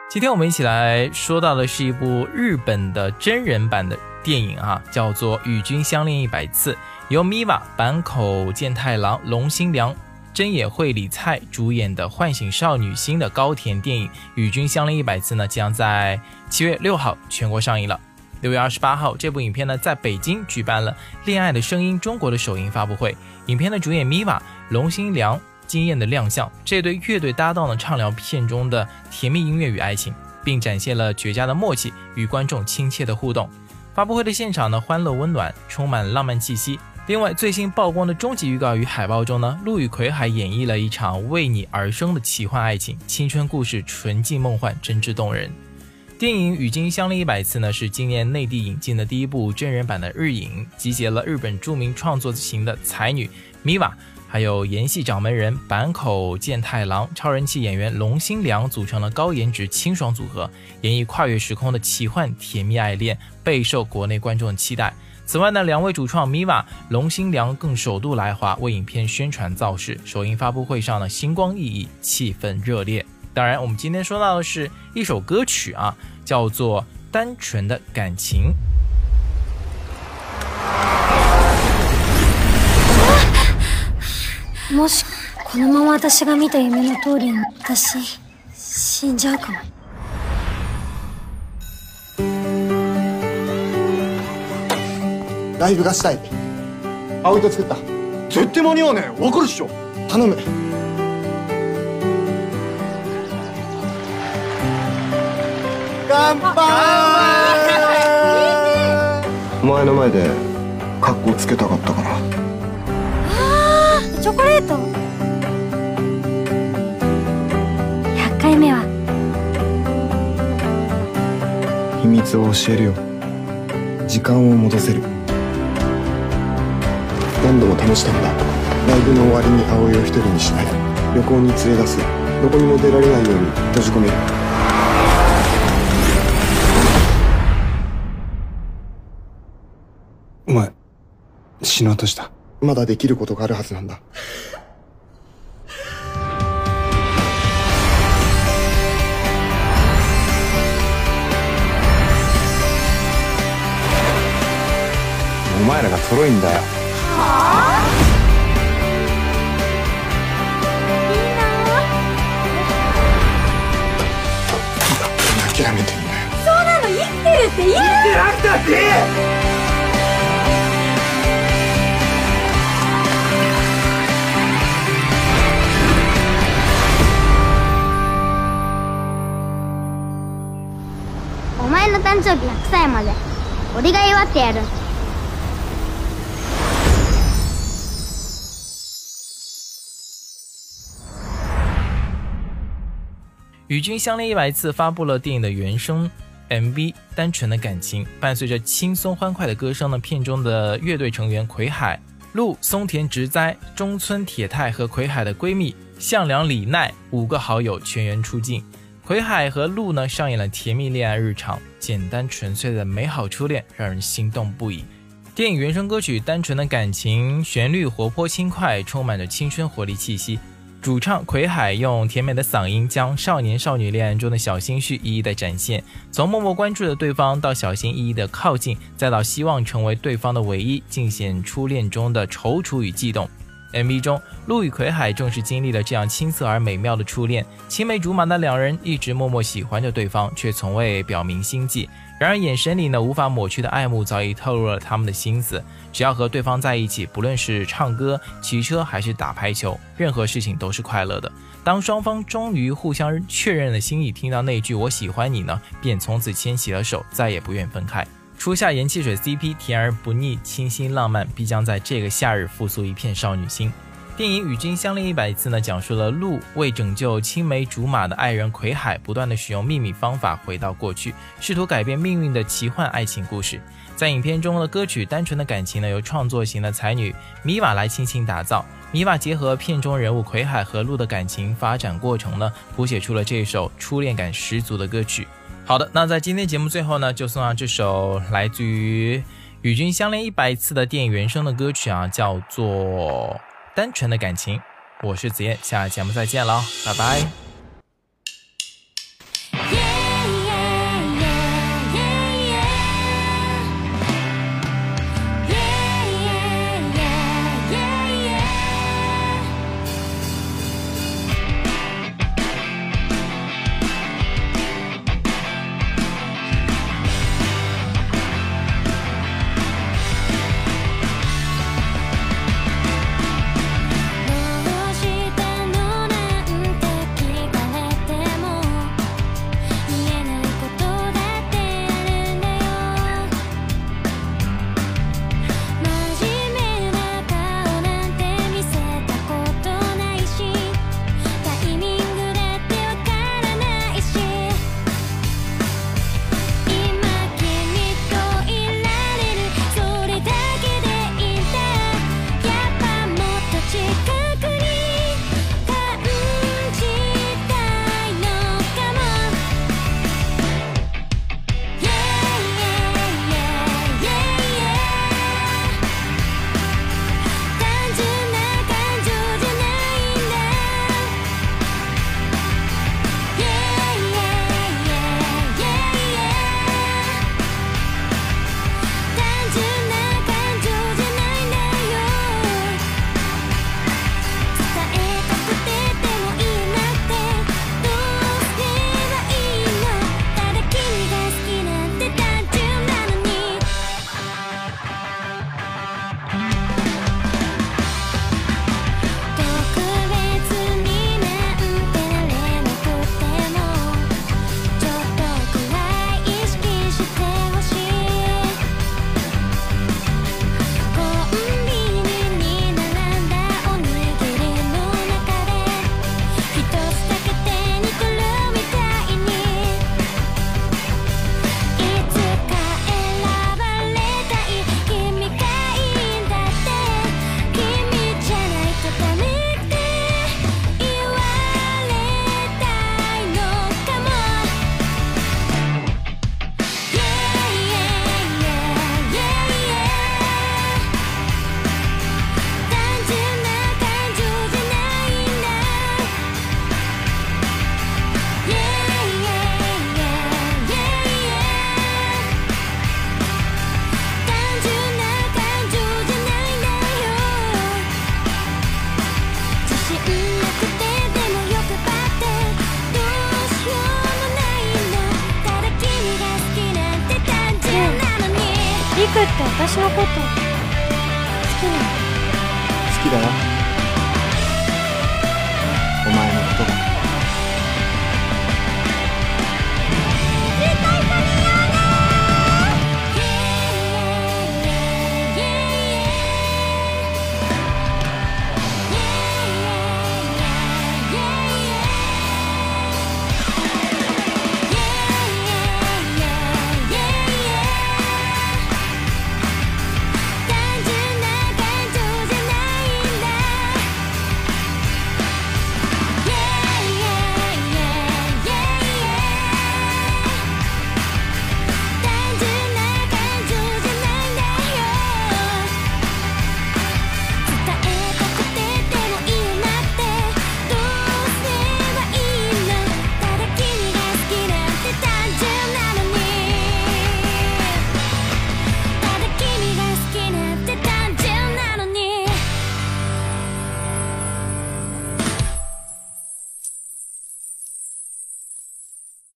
今天我们一起来说到的是一部日本的真人版的电影叫做《与君相恋100次》，由 MIVA、坂口健太郎、龙心良、真野惠里菜主演的唤醒少女心的高甜电影《与君相恋100次》呢，将在7月6号全国上映了。6月28号，这部影片呢在北京举办了《恋爱的声音》中国的首映发布会。影片的主演 MIVA、龙心良惊艳的亮相，这对乐队搭档呢畅聊片中的甜蜜音乐与爱情，并展现了绝佳的默契与观众亲切的互动。发布会的现场呢欢乐温暖，充满浪漫气息。另外，最新曝光的终极预告与海报中呢，陆羽葵还演绎了一场为你而生的奇幻爱情，青春故事纯净梦幻，真挚动人。电影《与君相恋100次》呢，是今年内地引进的第一部真人版的日影，集结了日本著名创作型的才女 MIVA， 还有演戏掌门人坂口健太郎、超人气演员龙心良组成了高颜值清爽组合，演绎跨越时空的奇幻甜蜜爱恋，备受国内观众的期待。此外呢，两位主创 MIVA、龙心良更首度来华为影片宣传造势，首映发布会上呢星光熠熠，气氛热烈。当然，我们今天说到的是一首歌曲叫做《单纯的感情》。 もしこのまま私が見た夢の通りに私死んじゃうかも。 ライブがしたい。葵と作った。 絶対間に合わねえ。わかるっしょ。 頼む。乾杯。お前の前でカッコつけたかったから。 チョコレート。100回目は秘密を教えるよ。時間を戻せる。何度も試したんだ。ライブの終わりに葵を一人にしない。旅行に連れ出す。どこにも出られないように閉じ込める。お前死のうとした。まだできることがあるはずなんだ。お前らがトロいんだよ。諦めてんだよ。 そうなの、生きてるって言う。 生きてなくたってお前の誕生日100歳まで俺が祝ってやる。 与君相恋100次发布了电影的原声 MV 单纯的感情，伴随着轻松欢快的歌声呢，片中的乐队成员葵海、陆、松田直哉、中村铁太和葵海的闺蜜向良李奈5个好友全员出镜。葵海和陆呢上演了甜蜜恋爱日常，简单纯粹的美好初恋让人心动不已。电影原声歌曲《单纯的感情》旋律活泼轻快，充满着青春活力气息。主唱葵海用甜美的嗓音将少年少女恋爱中的小心绪一一的展现，从默默关注的对方到小心翼翼的靠近，再到希望成为对方的唯一，尽显初恋中的踌躇与悸动。MV 中，陆与葵海正是经历了这样青涩而美妙的初恋，青梅竹马的两人一直默默喜欢着对方，却从未表明心迹。然而眼神里无法抹去的爱慕早已透露了他们的心思。只要和对方在一起，不论是唱歌、骑车还是打排球，任何事情都是快乐的。当双方终于互相确认了心意，听到那句我喜欢你呢，便从此牵起了手，再也不愿分开。初夏盐汽水 CP 甜而不腻，清新浪漫，必将在这个夏日复苏一片少女心。电影《与君相恋100次》呢，讲述了陆为拯救青梅竹马的爱人葵海，不断的使用秘密方法回到过去，试图改变命运的奇幻爱情故事。在影片中的歌曲《单纯的感情》呢，由创作型的才女MIVA来倾情打造。MIVA结合片中人物葵海和陆的感情发展过程呢，谱写出了这首初恋感十足的歌曲。好的，那在今天节目最后呢，就送上这首来自于《与君相恋100次》的电影原声的歌曲叫做单纯的感情。我是子燕，下期节目再见了，拜拜。 私のこと好きなの？ 好きだよ。